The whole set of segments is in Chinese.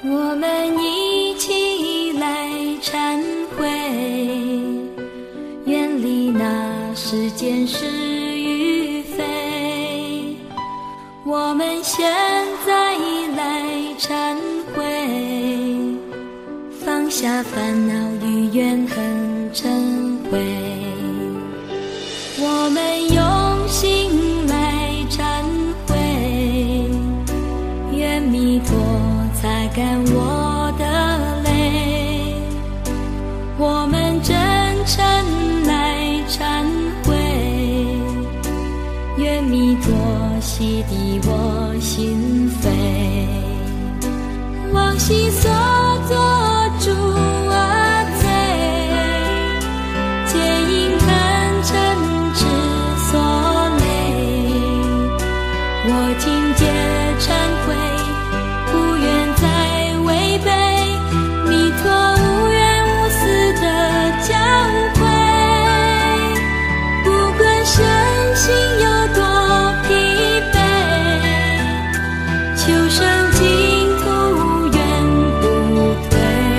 我们一起来忏悔，远离那世间是与非。我们现在来忏悔，放下烦恼与怨恨嗔恚。我们用心来忏悔，愿弥陀擦干我的泪。我们真诚来忏悔，愿弥陀洗涤我心扉。往昔所作诸恶罪，皆因贪嗔痴所累。我今皆忏悔，不愿再违背弥陀无缘无私的教诲。不管身心有多疲惫，求生净土愿不退。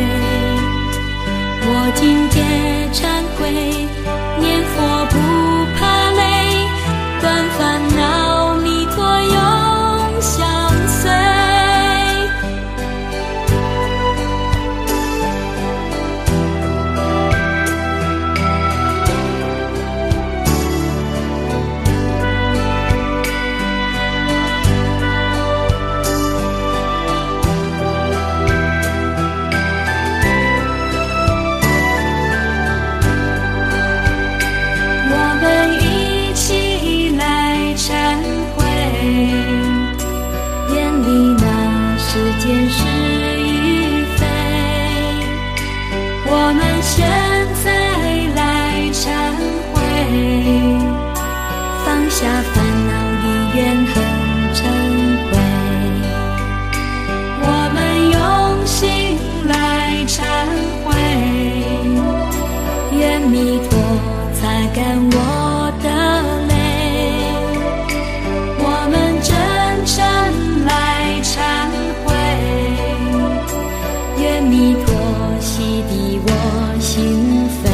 我今皆忏悔，念佛不怕累，断烦恼弥陀永相随。我们一起来忏悔，远离那世间是与非。我们现在来忏悔，放下烦恼与怨恨嗔恚。我们用心来忏悔，愿弥陀擦干我的泪。我们真诚来忏悔，愿弥陀洗涤我心扉。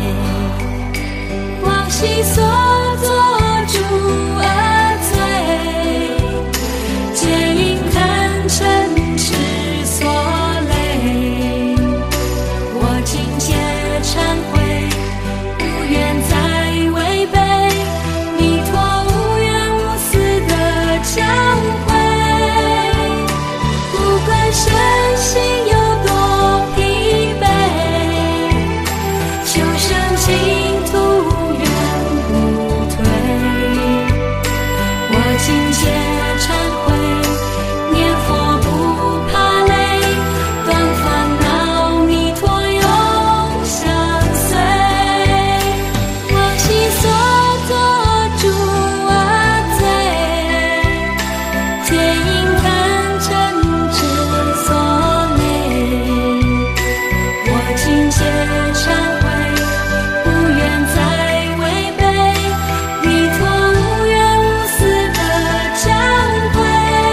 往昔所作诸恶罪，皆因贪嗔痴所累。我今皆忏悔，不愿再违背弥陀无缘无私的教诲。不管身心有多疲惫，求生净土愿不退。我今皆忏悔，念佛不怕累，断烦恼弥陀永相随。往昔所作诸恶罪，皆因贪嗔痴所累。我今皆忏悔，不愿再违背弥陀无缘无私的教诲。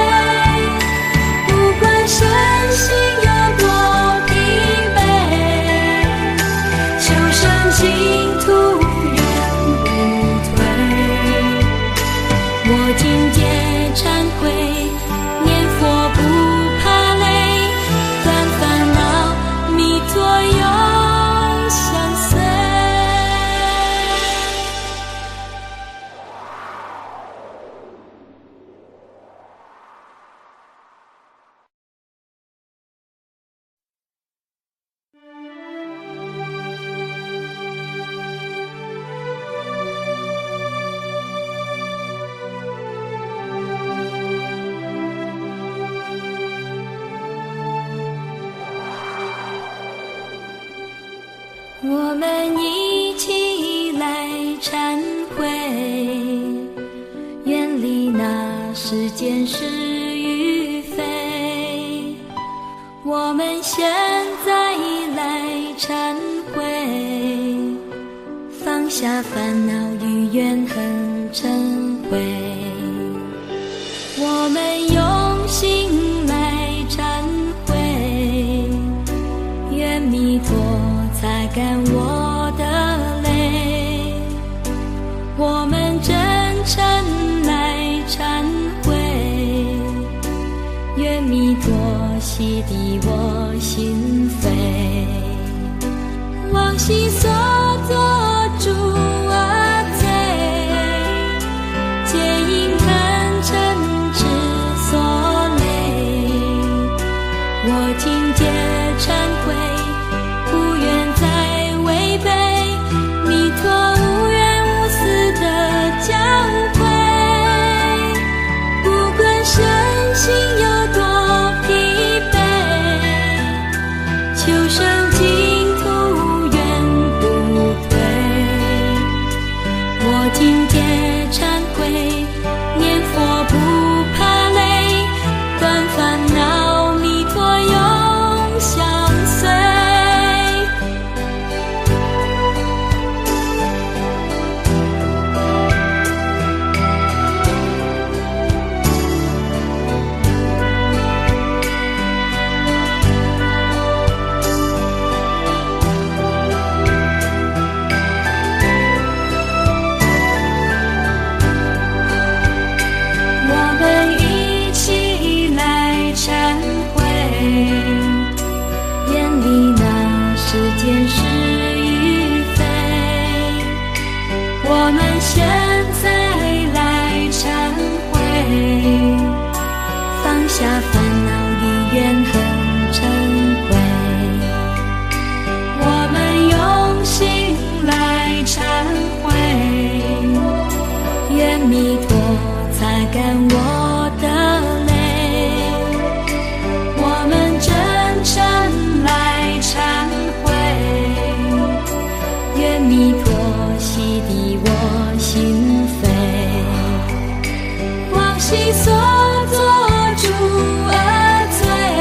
不管身心有多疲惫，求生净土愿不退。我今皆忏悔，念佛不怕累，断烦恼弥陀永相随。我们一起来忏悔，远离那世间是与非。我们现在来忏悔，放下烦恼与怨恨嗔恚。我们用心来忏悔， 愿弥陀洗涤我心扉，往昔所作诸恶罪，皆因贪嗔痴所累。我今皆忏悔，不愿再违背弥陀无缘无私的教诲。不管身心有多疲惫，求生净土愿不退。我今皆忏悔，念佛不怕累，断烦恼弥陀永相随。我们一起来忏悔，远离那世间是与非。我们现在来忏悔，放下烦恼与怨恨嗔恚。我们用心来忏悔，愿弥陀擦干我的泪。我们真诚来忏悔，愿弥陀洗涤我心扉，往昔所作诸恶罪，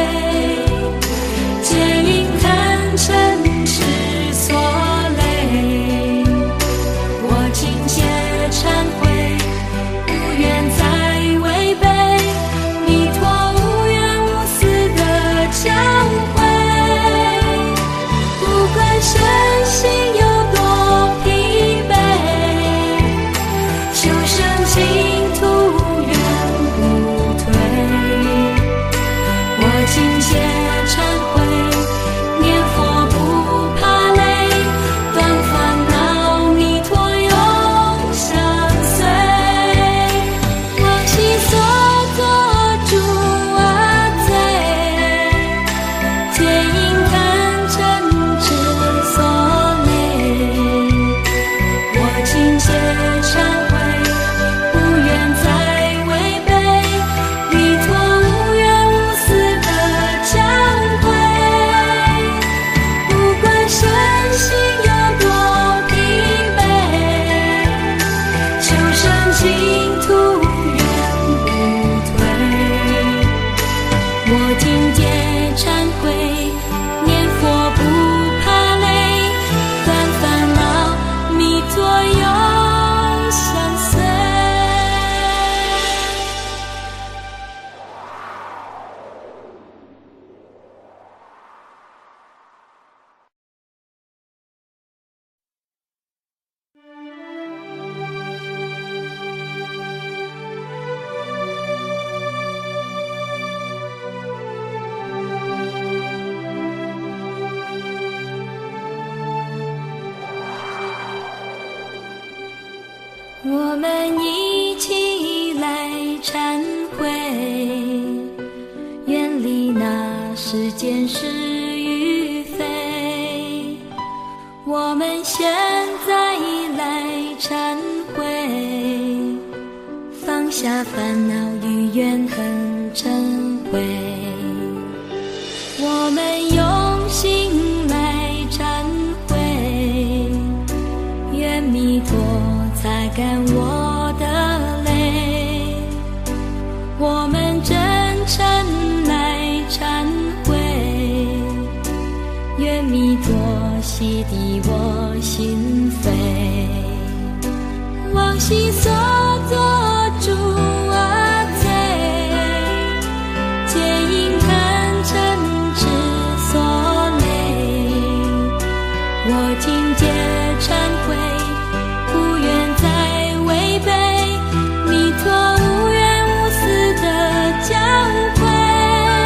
皆因贪嗔痴所累。我今皆忏悔，不愿再违背弥陀无缘无私的教诲。不管身心有多疲惫，求生净土愿不退。我今皆忏悔，念佛不怕累，断烦恼弥陀永相随。往昔所作诸恶罪，皆因贪嗔痴所累。我今皆忏悔，不愿再违背弥陀无缘无私的教诲。不管身心有多疲惫，求生净土愿不退。我今皆忏悔，念佛不怕累，断烦恼弥陀永相随。我们一起来忏悔，远离那世间是与非。我们现在来忏悔，放下烦恼与怨恨嗔恚。我们用心来忏悔，愿弥陀擦干我的泪。我们真诚来忏悔，愿弥陀洗涤我心扉，往昔所作诸恶罪，皆因贪嗔痴所累。我今皆忏悔，不愿再违背弥陀无缘无私的教诲。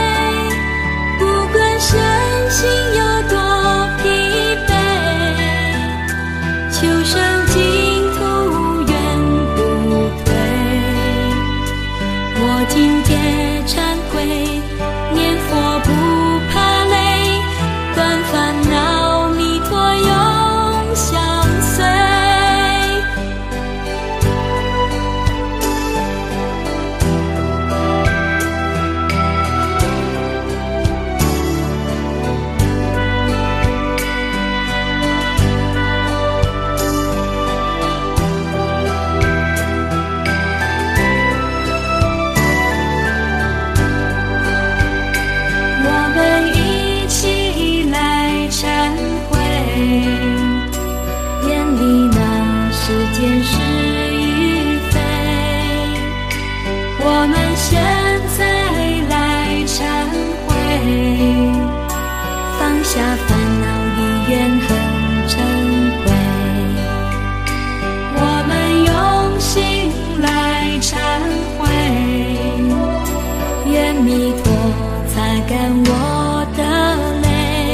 愿弥陀擦干我的泪，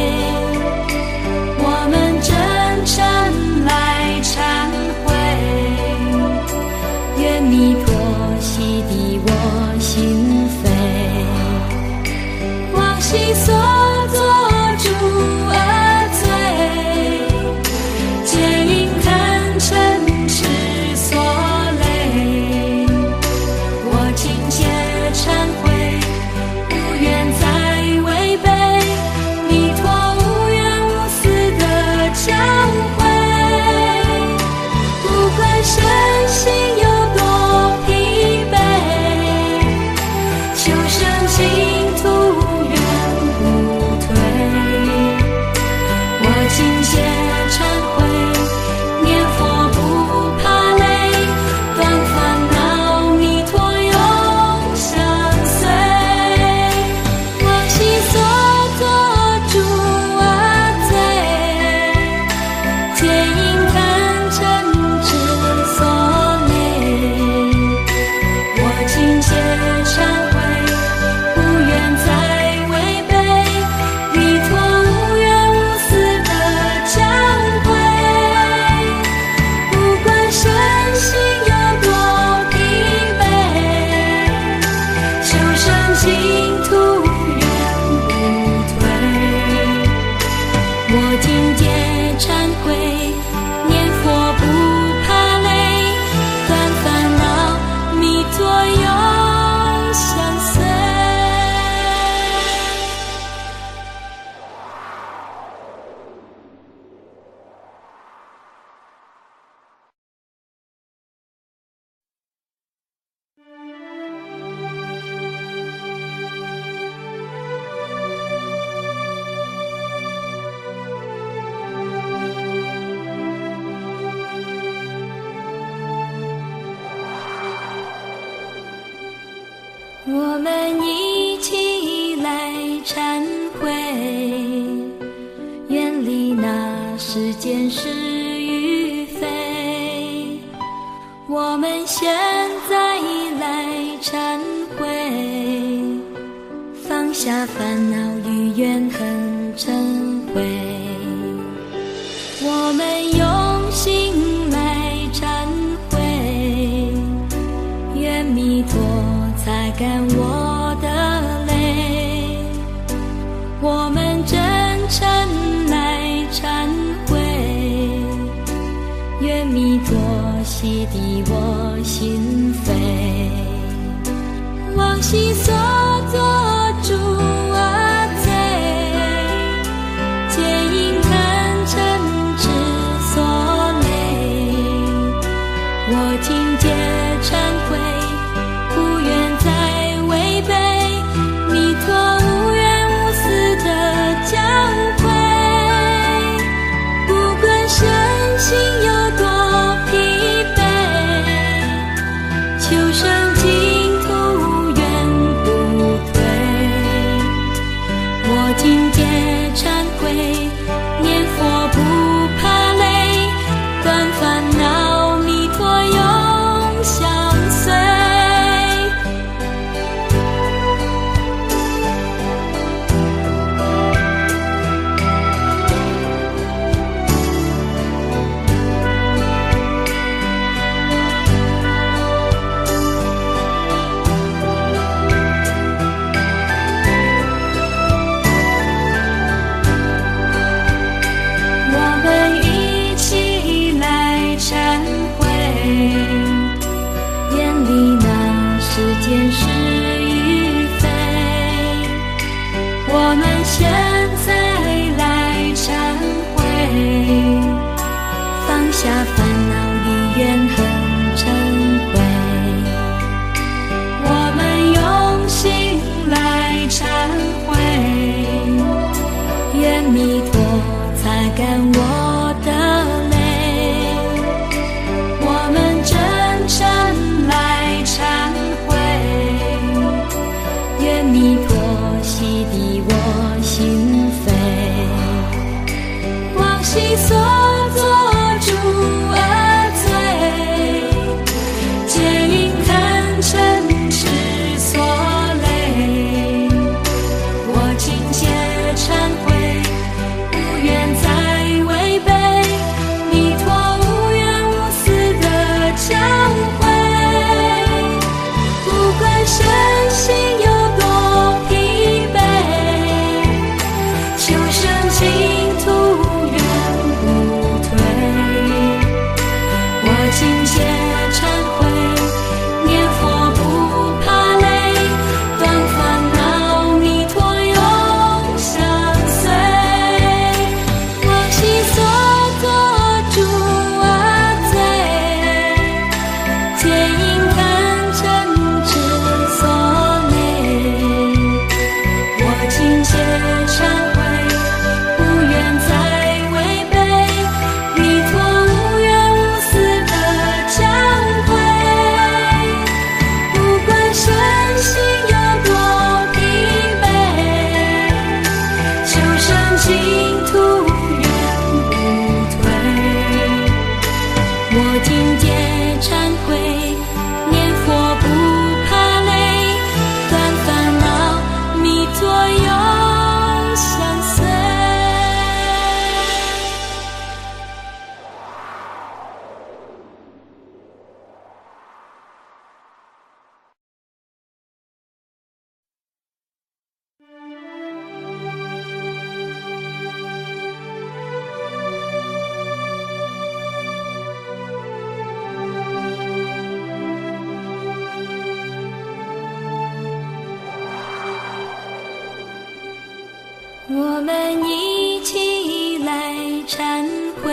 我们真诚来忏悔，愿弥陀洗涤我心扉，往昔所作诸恶罪，皆因贪嗔痴所累，我今切忏悔，不愿再违背弥陀无缘无私的教诲，不管身心有多疲惫，求生净土永不退。我今切忏悔，念佛不怕累，断烦恼弥陀永相随，往昔所作诸恶罪，皆因贪嗔痴所累，我今切忏悔，不愿再违背弥陀无缘无私的教诲，不管身心有多疲惫，求生净土永不退。我今皆忏悔，念佛不怕累，断烦恼弥陀永相随。我们一起来忏悔，远离那世间是与非。我们现在来忏悔，放下烦恼与怨恨嗔恚。我们用心来忏悔，愿弥陀擦干我的泪，我们真诚来忏悔，愿弥陀洗涤我心扉，往昔所作诸恶罪，皆因贪嗔痴所累，我今皆忏悔，不愿再违背弥陀无缘无私的教诲，不管身心有多疲惫，求生净土永不退。我今皆忏悔，念佛不怕累，断烦恼弥陀永相随。我们一起来忏悔，远离那世间是与非。我们现在来忏悔，放下烦恼与怨恨嗔恚。我们用心来忏悔，愿弥陀擦干我的泪，我们真诚来忏悔，愿弥陀洗涤我心扉，往昔所作诸恶罪，皆因贪嗔痴所累， 我们一起来忏悔，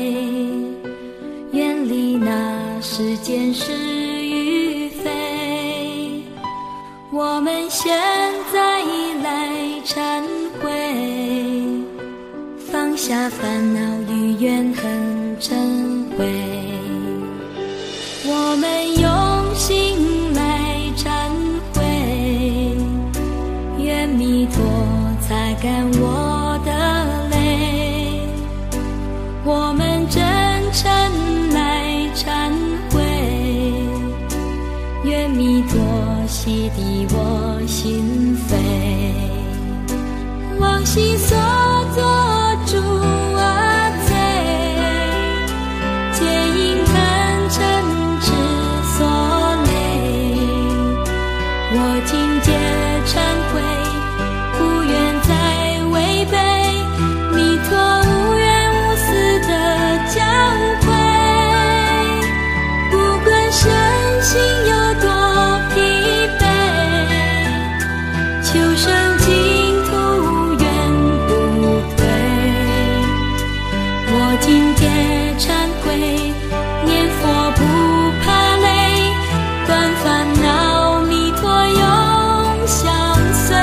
远离那世间是与非。我们现在来忏悔，放下烦恼与怨恨嗔恚。我们用心来忏悔，愿弥陀擦干我的泪。我们真诚来忏悔，愿弥陀洗涤我心扉。往昔所作诸恶罪，皆因贪嗔痴所累。我今皆忏悔，不愿再违背弥陀无缘无私的教诲。不管身心有多疲惫，求生净土愿不退。我今皆忏悔，念佛不怕累，断烦恼弥陀永相随。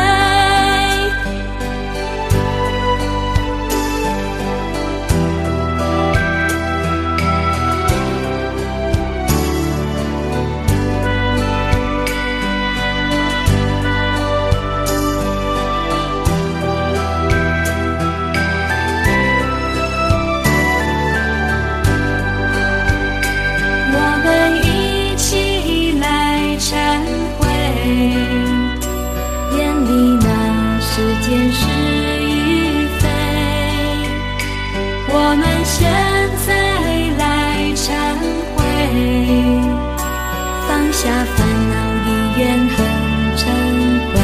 我们一起来忏悔，远离那世间是与非。我们现在来忏悔，放下烦恼与怨恨嗔恚。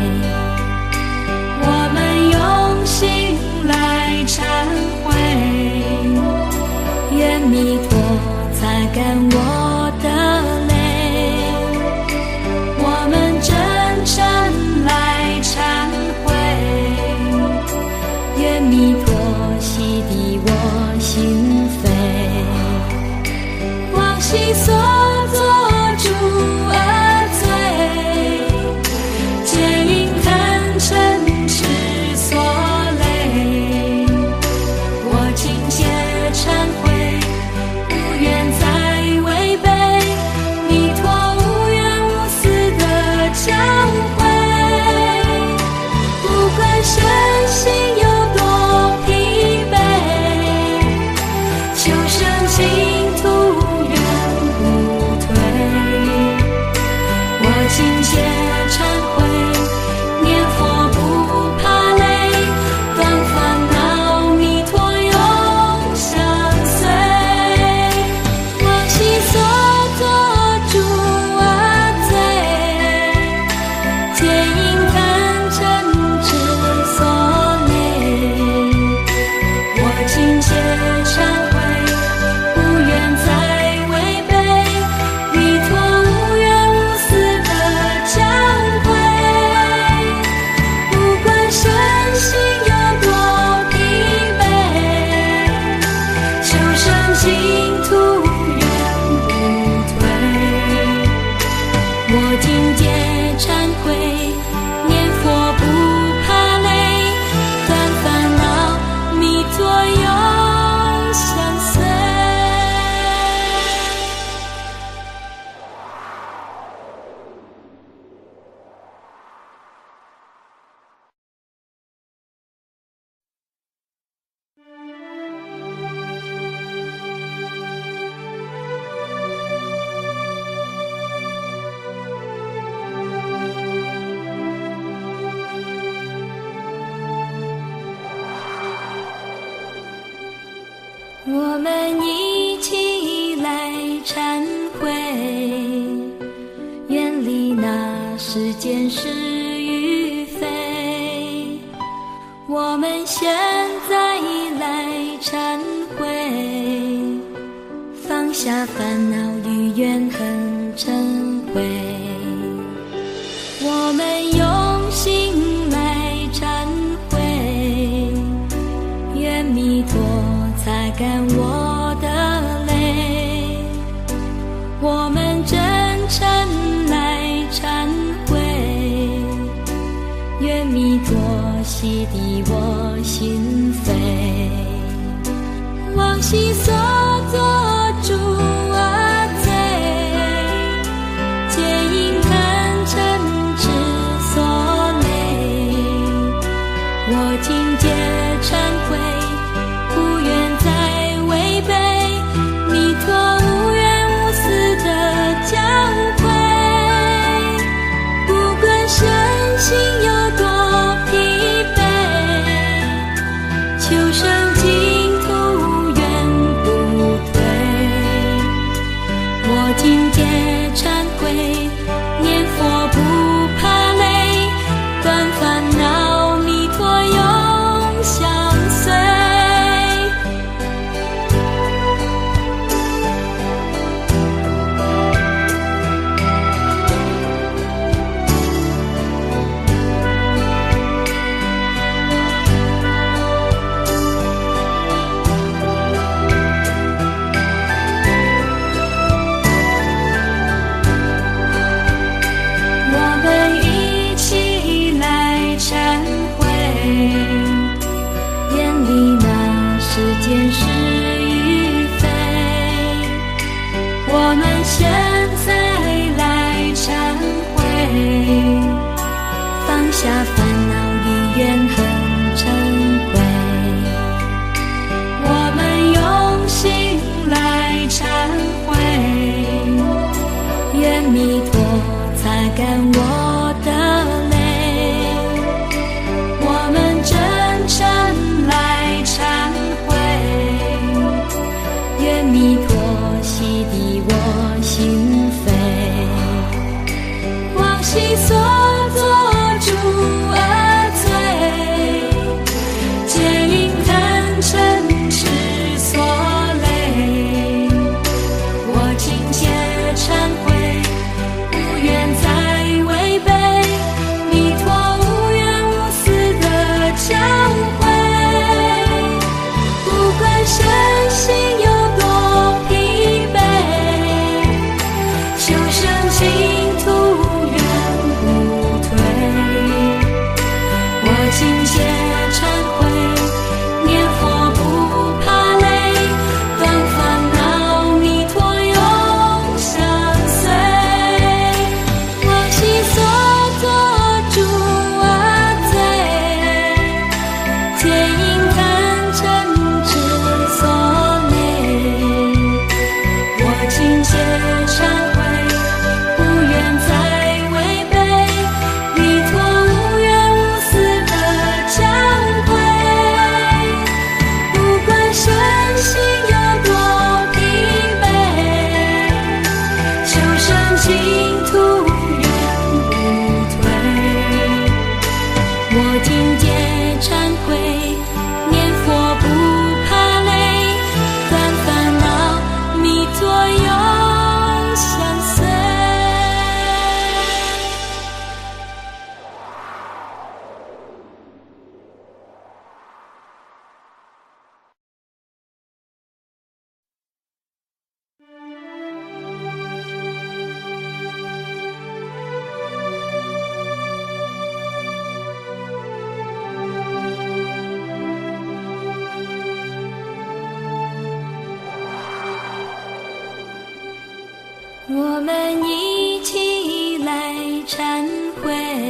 我们用心来忏悔，愿弥陀擦干我的泪。我们真诚来忏悔，愿弥陀洗涤我心扉。往昔所作诸恶罪，皆因贪嗔痴所累。我今皆忏悔，不愿再违背弥陀无缘无私的教诲。不管身心有多疲惫，求生净土愿不退。我今皆忏悔，念佛不怕累，断烦恼弥陀永相随。往昔所作诸恶罪，皆因贪嗔痴所累。我今皆忏悔，不愿再违背弥陀无缘无私的教诲。不管身心有多疲惫，求生净土愿不退。我今皆忏悔，念佛不怕累，断烦恼弥陀永相随。我们一起来忏悔，远离那世间是与非。我们现在来忏悔，放下烦恼与怨恨嗔恚。我们用心来忏悔， 愿弥陀洗涤我心扉，往昔所作诸恶罪，皆因贪嗔痴所累。我今皆忏悔，不愿再违背弥陀无缘无私的教诲。不管身心有多疲惫，求生净土永不退。我今皆忏悔，念佛不怕累，断烦恼弥陀永相随。我们一起来忏悔，远离那世间是与非。我们现在来忏悔，放下烦恼与怨恨嗔恚。我们用心来忏悔，愿弥陀擦干我的泪。我们真诚来忏悔，愿弥陀洗涤我心扉，往昔所作诸恶罪，皆因贪嗔痴所累。我今皆忏悔，不愿再违背弥陀无缘无私的教诲。不管身心有多疲惫，求生净土永不退。我今皆忏悔，念佛不怕累，断烦恼弥陀永相随。往昔所作诸恶罪，皆因贪嗔痴所累。我今皆忏悔，不愿再违背弥陀无缘无私的教诲。不管身心有多疲惫，求生净土永不退。我今皆忏悔，念佛不怕累，断烦恼弥陀永相随。我们一起来忏悔，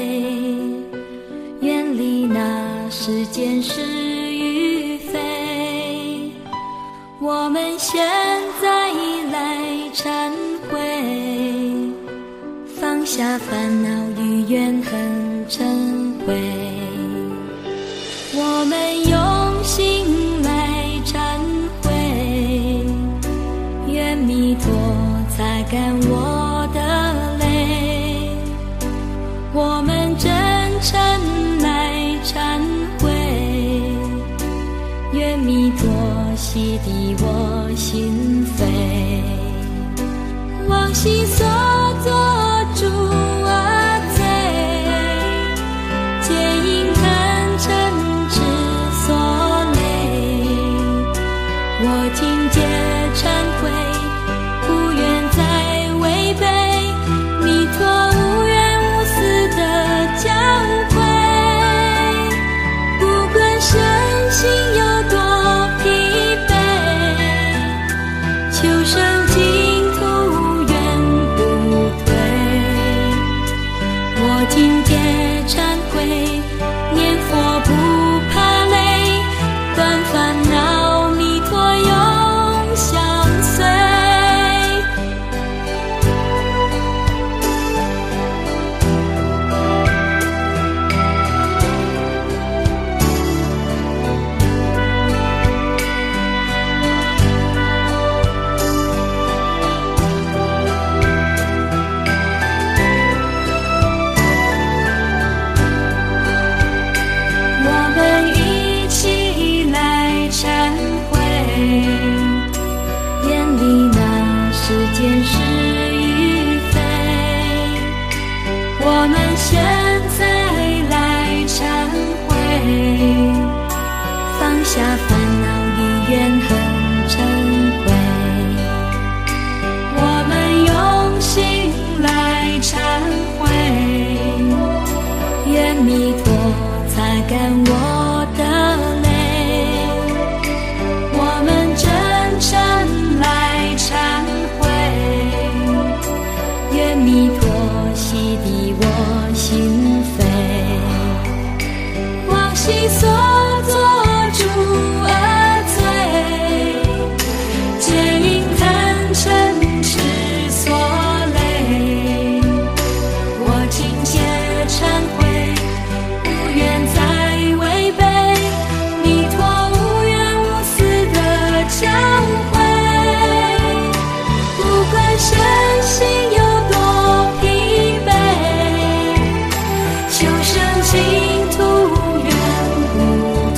远离那世间是与非。我们现在来忏悔，放下烦恼与怨恨嗔恚。我们用心来忏悔，愿弥陀擦干我的泪。我们真诚来忏悔，愿弥陀洗涤我心扉，往昔所作诸恶罪，皆因贪嗔痴所累。我今皆忏悔，不愿再违背弥陀无缘无私的教诲。 弥陀擦干我的泪，我们真诚来忏悔，愿弥陀洗涤我心扉，往昔所作诸恶罪，皆因贪嗔痴所累，我今切忏悔，无愿再违背弥陀无缘无私的教诲，不管身心有多疲惫，求生净土永不退，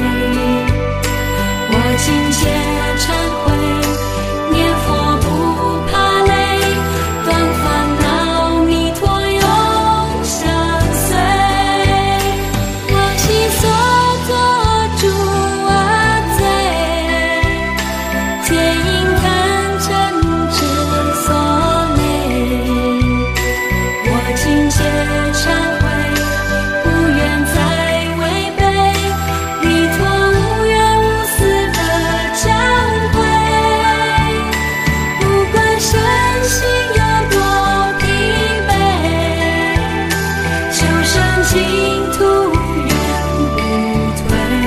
我今切忏悔，念佛不怕累，断烦恼弥陀永相随，往昔所作诸恶罪，皆因贪嗔痴所累，我今切忏悔，不愿再违背弥陀无缘无私的教诲，不管身心有多疲惫，求生净土永不退，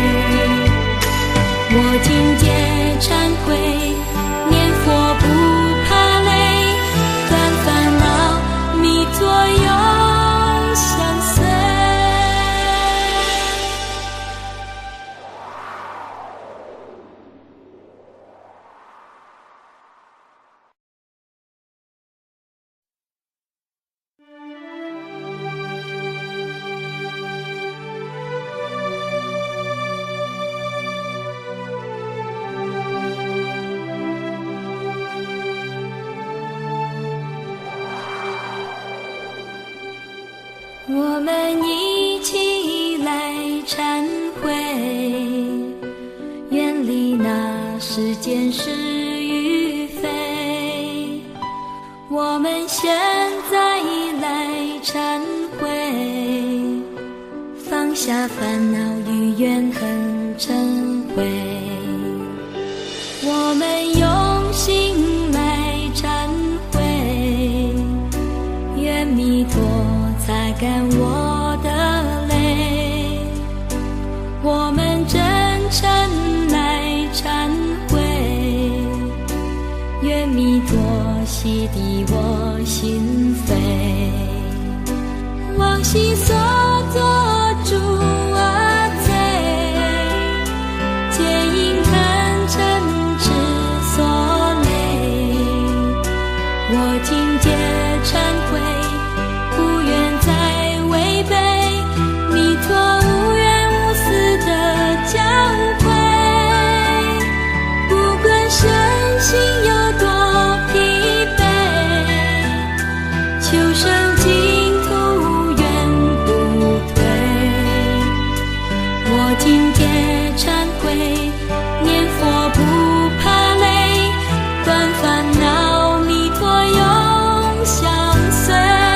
我今皆忏悔，念佛不怕累，断烦恼弥陀永相随。我们一起来忏悔，远离那世间是与非。我们现在来忏悔，放下烦恼与怨恨嗔恚。我们用心来忏悔，愿弥陀擦干我的泪，我们真诚来忏悔，愿弥陀洗涤我心扉，往昔所作诸恶罪，皆因贪嗔痴所累，我今皆忏悔，不愿再违背弥陀无缘无私的教诲，不管身心有多疲惫，求生净土永不退，我今皆忏悔，念佛不怕累，断烦恼弥陀永相随。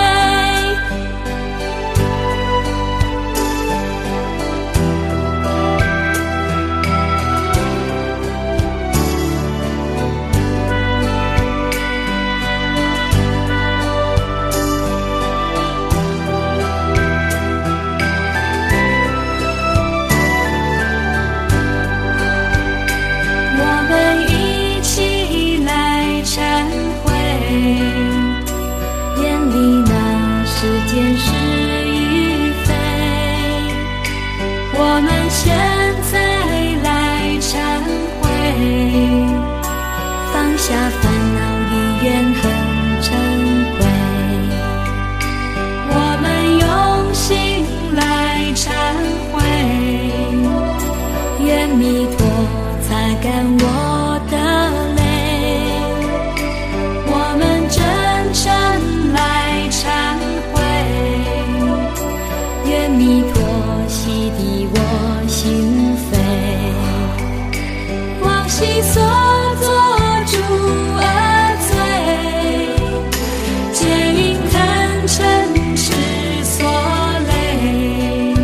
我们一起来忏悔，远离那世间是与非。我们现在来忏悔，放下烦恼与怨恨嗔恚。我们用心来忏悔，愿弥陀擦干我的泪，我们真诚来忏悔，愿弥陀洗涤我心扉，往昔所作诸恶罪，皆因贪嗔痴所累，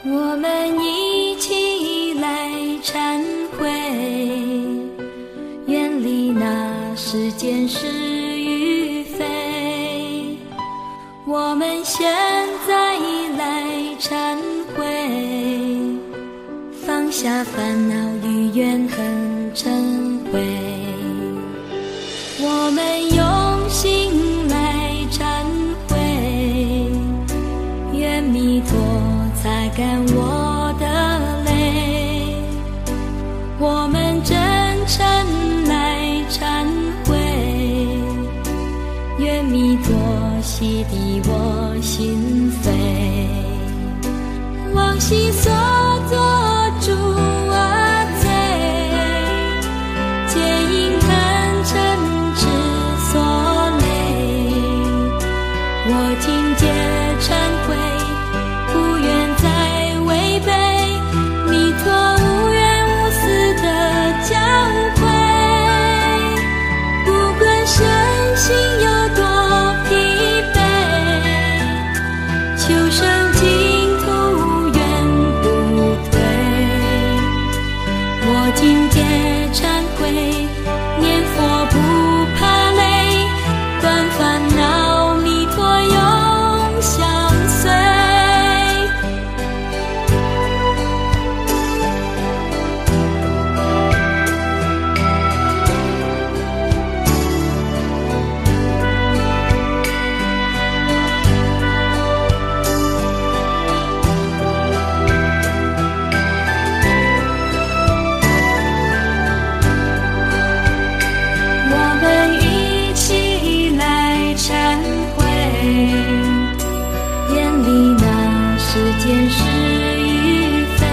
我们一起来忏悔，远离那世间是与非。我们现在来忏悔，放下烦恼与怨恨嗔恚。我们用心来忏悔，愿弥陀擦干我的泪。我们真诚来忏悔，愿弥陀洗涤我心扉。往昔所作诸恶罪，皆因贪嗔痴所累。我今皆忏悔，不愿再违背弥陀无缘无私的教诲。不管身心有多疲惫，求生净土永不退。我今皆忏悔，念佛不怕累，断烦恼弥陀永相随。我们一起来忏悔，远离那世间是与非。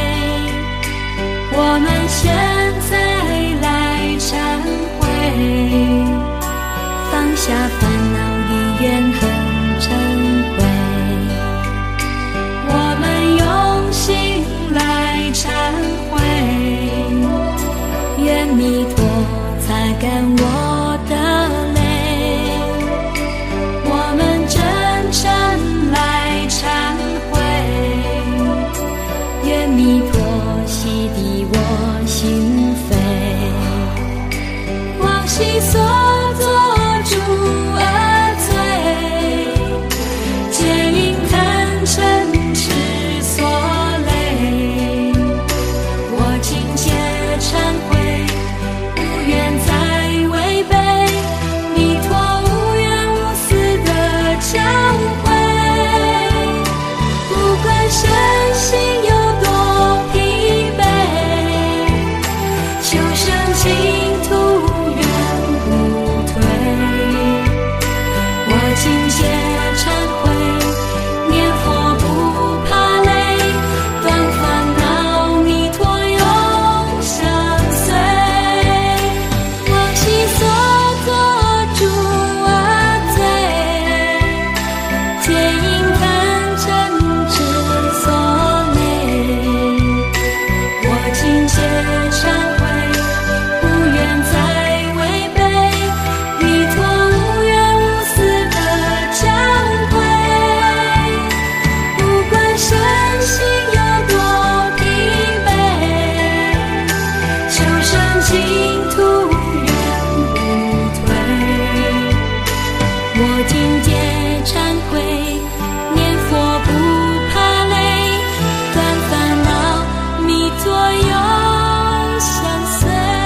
我们现在来忏悔，放下烦恼与怨恨嗔恚。我们用心来忏悔，愿弥陀擦干我的泪。我们真诚来忏悔，愿弥陀洗涤我心扉。往昔所作诸恶罪，皆因贪嗔痴所累。我今皆忏悔，不愿再违背弥陀无缘无私的教诲。不管身心有多疲惫，求生净土永不退。我今皆忏悔，念佛不怕累，断烦恼弥陀永相随。往昔所作诸恶罪，皆因贪嗔痴所累。我今皆忏悔，不愿再违背弥陀无缘无私的教诲。不管身心有多疲惫，求生净土永不退。我今皆忏悔，念佛不怕累，断烦恼弥陀永相随。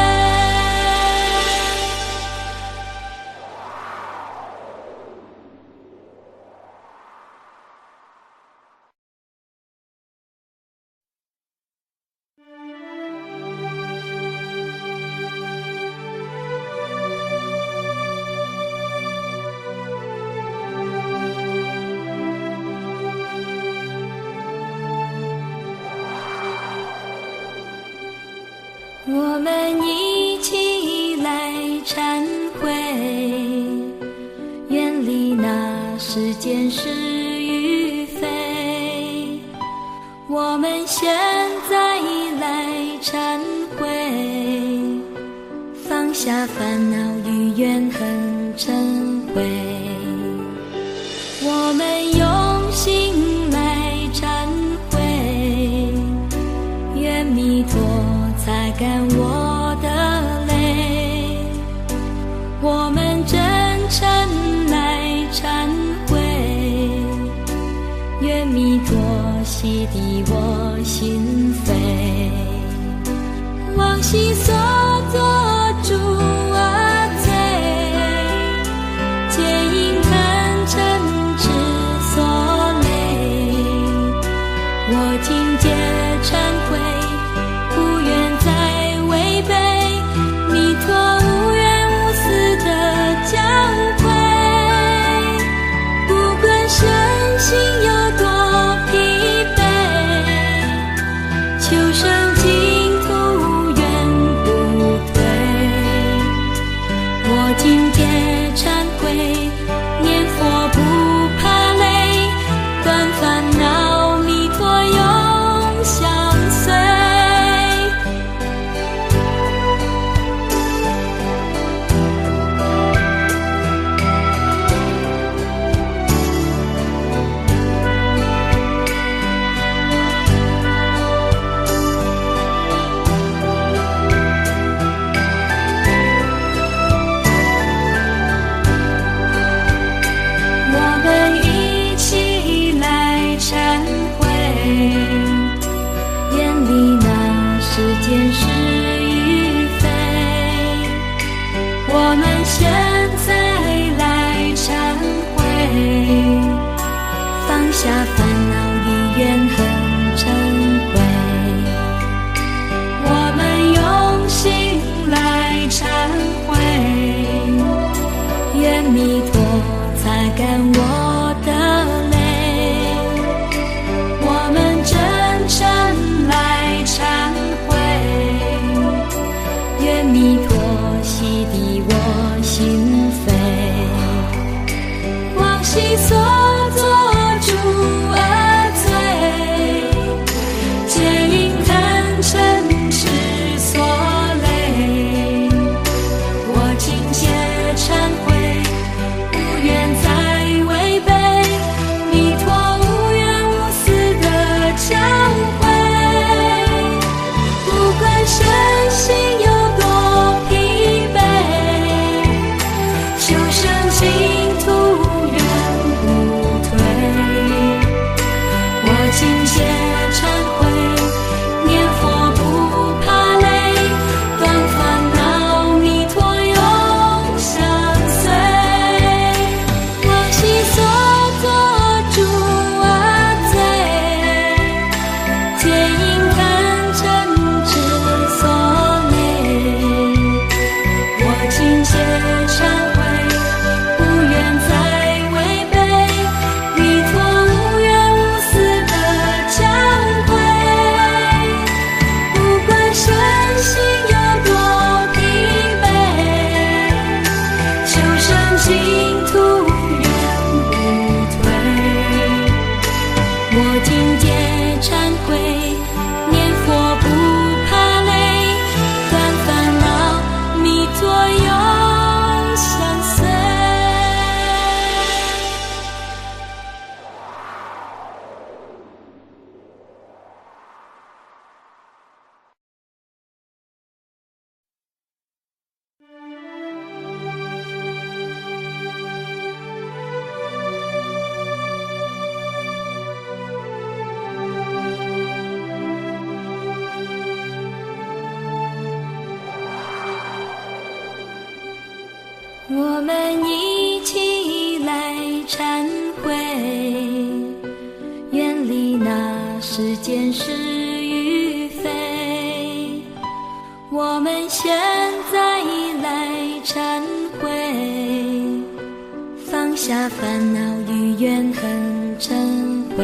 我们一起来忏悔，远离那世间是与非。我们现在来忏悔，放下烦恼与怨恨嗔恚。我们用心来忏悔， 愿弥陀洗涤我心扉，往昔所作诸恶罪，皆因贪嗔痴所累。我今皆忏悔，不愿再违背弥陀无缘无私的教诲。不管身心有多疲惫，求生净土永不退。我今皆忏悔，念佛不怕累，断烦恼弥陀永相随。我们一起来忏悔，远离那世间是与非。我们现在来忏悔，放下烦恼与怨恨嗔恚。我们用心来忏悔，愿弥陀擦干我的泪。我们真诚来忏悔，愿弥陀洗涤我心扉，往昔所作诸恶罪，皆因贪嗔痴所累。我今皆忏悔，不愿再违背弥陀无缘无私的教诲。不管身心有多疲惫，求生净土永不退。我今皆忏悔，念佛不怕累，断烦恼弥陀永相随。往昔所作诸恶罪，皆因贪嗔痴所累。我今皆忏悔，不愿再违背弥陀无缘无私的教诲。不管身心有多疲惫，求生净土永不退。我今皆忏悔，念佛不怕累，断烦恼弥陀永相随。我们一起来忏悔，远离那世间是与非。我们现在来忏悔，放下烦恼与怨恨嗔恚。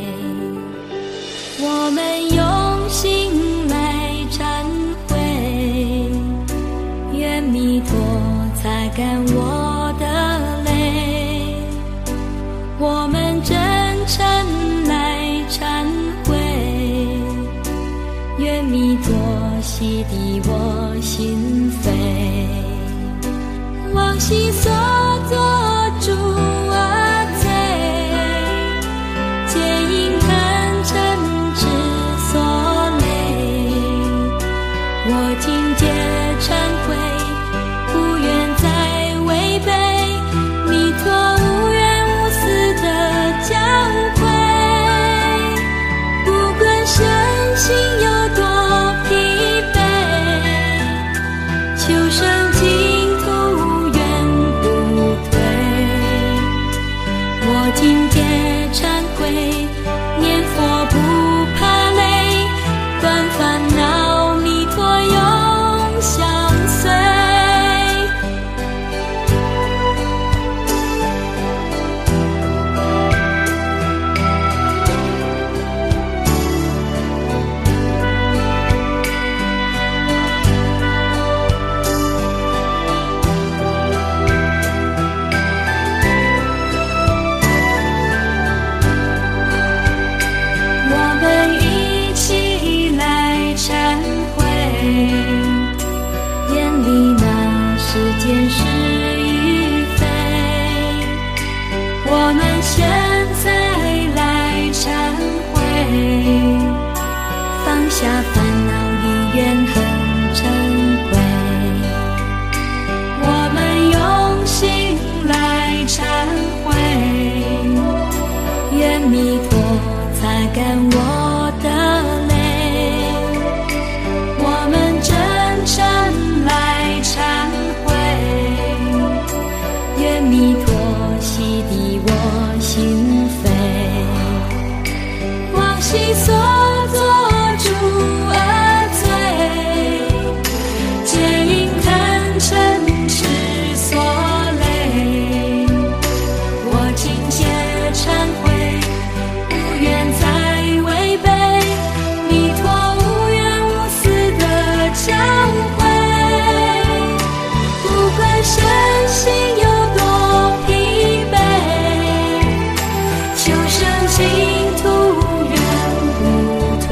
我们用心来忏悔，愿弥陀擦干我的泪。我们真诚来忏悔，愿弥陀洗涤我心扉，往昔所作诸恶罪，皆因贪嗔痴所累。我今皆忏悔，不愿再违背弥陀无缘无私的教诲。 弥陀擦干我的泪，我们真诚来忏悔，愿弥陀洗涤我心扉，往昔所作诸恶罪，皆因贪嗔痴所累，我今切忏悔，不愿再违背弥陀无缘无私的教诲，不管身心有多疲惫，求生净土远不退，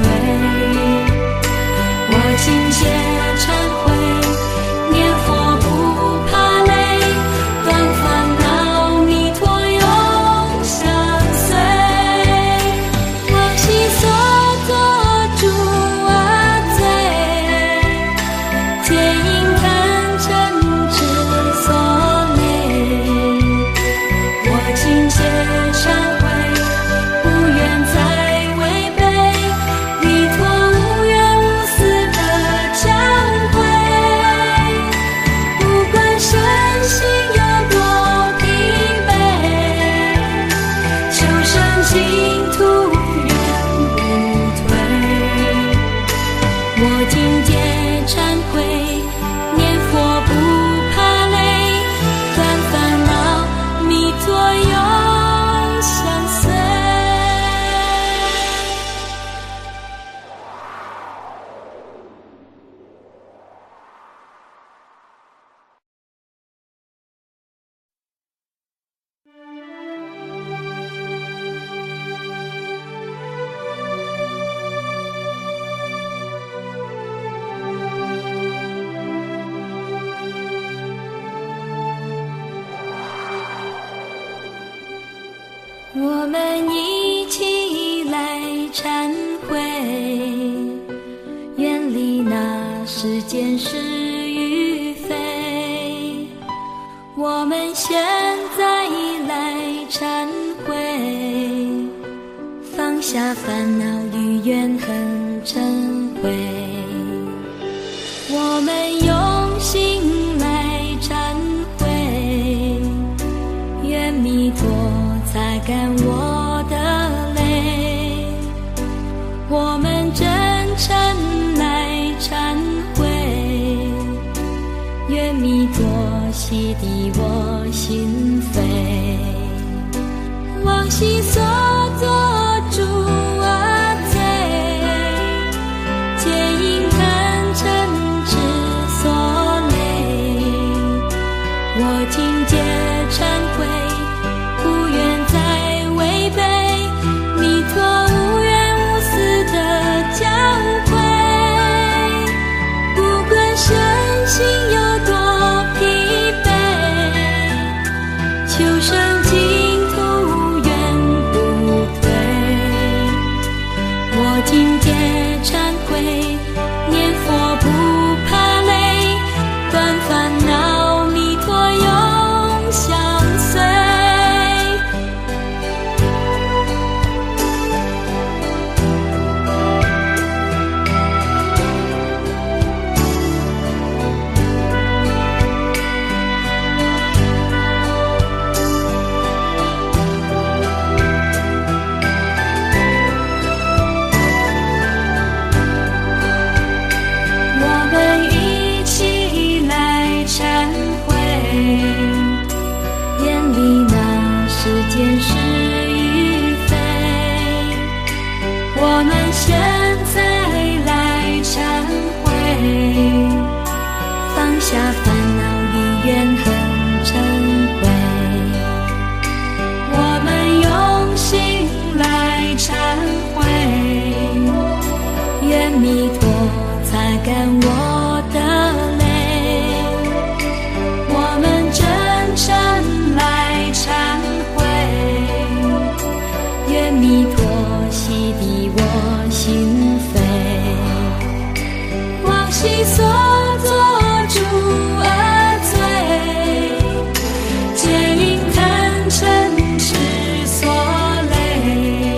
我今切忏悔，念佛不怕累，断烦恼弥陀永相随，往昔所作诸恶罪，皆因贪嗔痴所累，我今切忏悔，不愿再违背弥陀无缘无私的教诲，不管身心有多疲惫，求生净土远不退，我今皆忏悔，念佛不怕累，断烦恼弥陀永相随。我们一起来忏悔，远离那世间是与非，我们现在来忏悔，放下烦恼与怨恨嗔恚，我们用心来忏悔，愿弥陀擦干我的泪，我们真诚来忏悔，愿弥陀洗涤我心扉，往昔所作诸恶罪，皆因贪嗔痴所累，我今皆忏悔，不愿再违背弥陀无缘无私的教诲，不管身心有多疲惫，求生净土远不退，我今皆忏悔，念佛不怕累，断烦恼弥陀永相随。我们一起来忏悔，远离那世间是与非，我们现在来忏悔，放下烦恼与怨恨嗔恚，我们用心来忏悔，愿弥陀擦干我的泪，我们真诚来忏悔，愿弥陀洗涤我心扉，往昔所作诸恶罪，皆因贪嗔痴所累，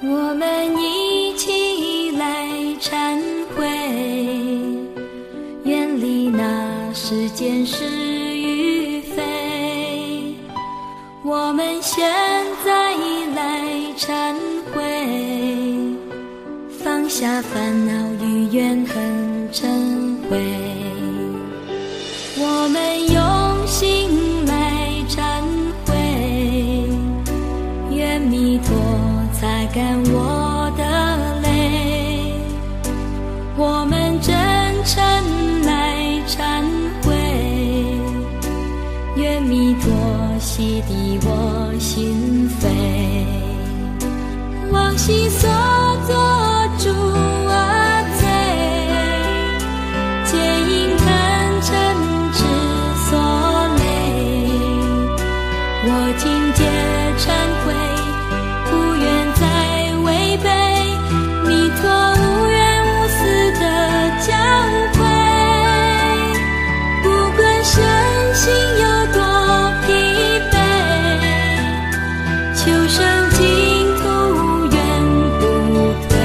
我们一起来忏悔，远离那世间是与非。我们现在来忏悔，放下烦恼与怨恨嗔恚。我们用心来忏悔，愿弥陀擦干我的泪。我们真诚来忏悔，愿弥陀洗涤我心扉。往昔所作诸恶罪，皆因贪嗔痴所累。我今皆忏悔，不愿再违背弥陀无缘无私的教诲。不管身心有多疲惫，求生净土永不退。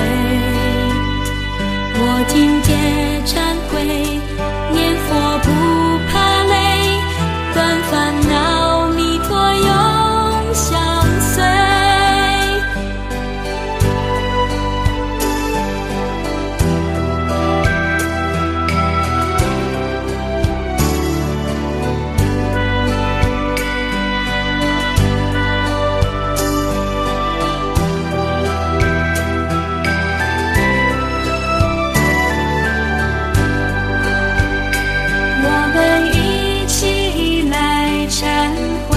我今皆忏悔，念佛不怕累，断烦恼弥陀永相随。我们一起来忏悔，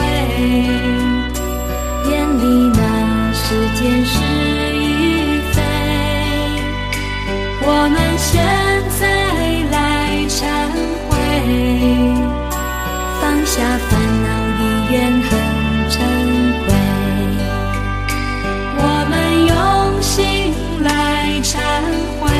远离那世间是与非。我们现在来忏悔，放下烦恼与怨恨嗔恚。我们用心来忏悔，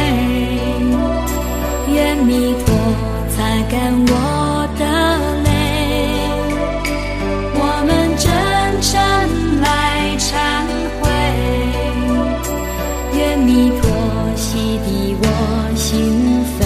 愿弥陀擦干我的泪。我们真诚来忏悔，愿弥陀洗涤我心扉。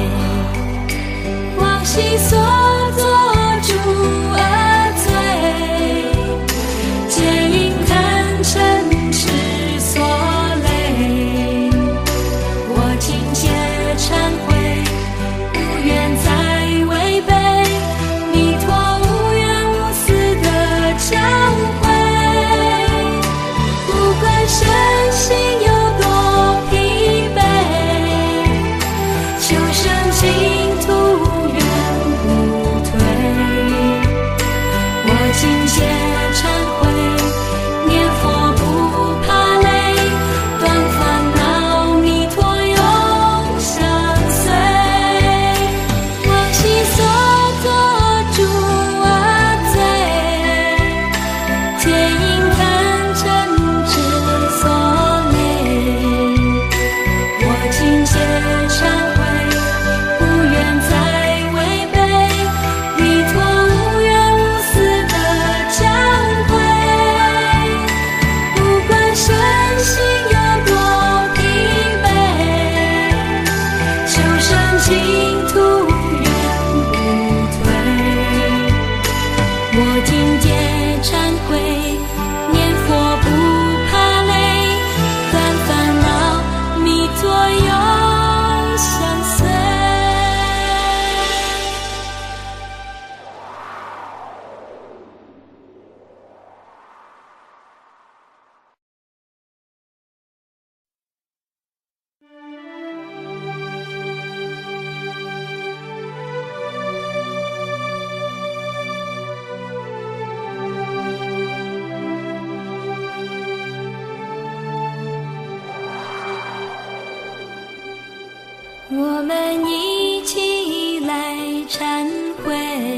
往昔所作诸恶罪，皆因贪嗔痴所累。我今皆忏悔，不愿再违背弥陀无缘无私的教诲。不管身心有多疲惫，求生净土永不退。我今皆忏悔，念佛不怕累，断烦恼弥陀永相随。往昔所作诸恶罪，皆因贪嗔痴所累。我今皆忏悔，不愿再违背弥陀无缘无私的教诲。不管身心有多疲惫，求生净土永不退。我今皆忏悔，念佛不怕累，断烦恼弥陀永相随。我们一起来忏悔，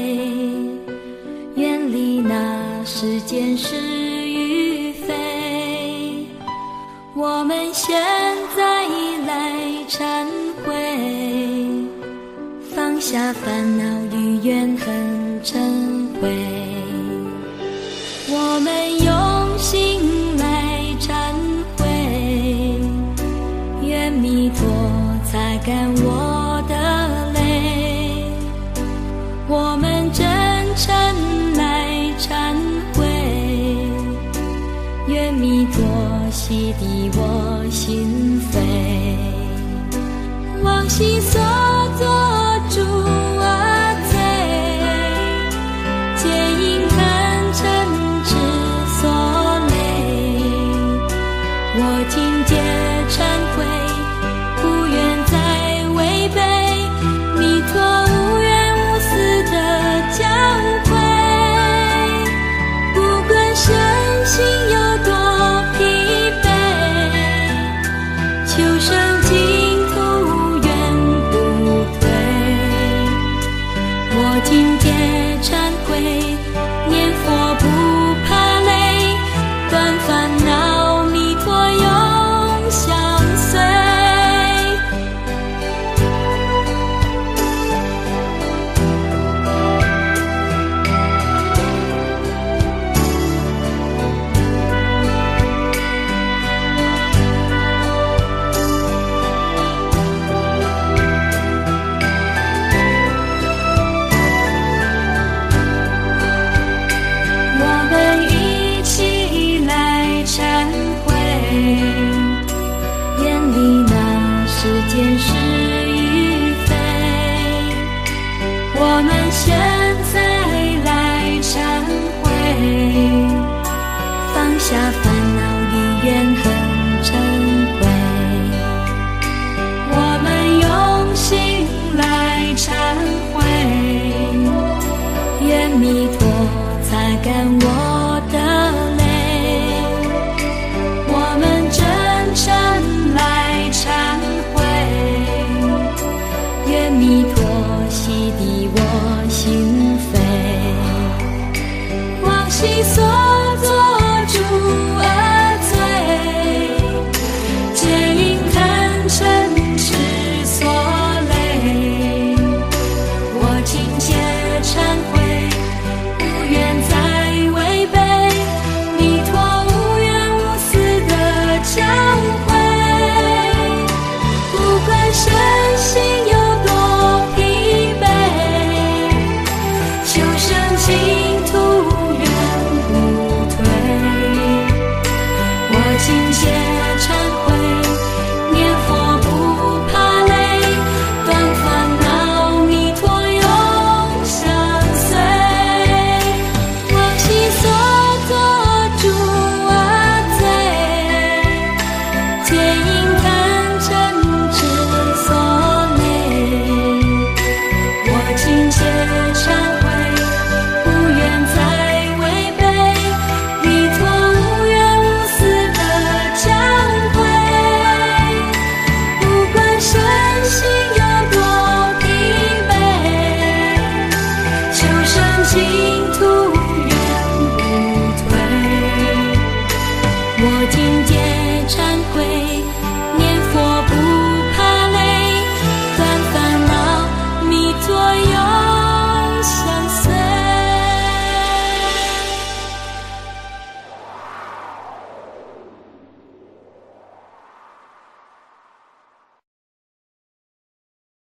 远离那世间是与非。我们现在来忏悔，放下烦恼与怨恨嗔恚。我们用心来忏悔， 愿弥陀洗涤我心扉，往昔所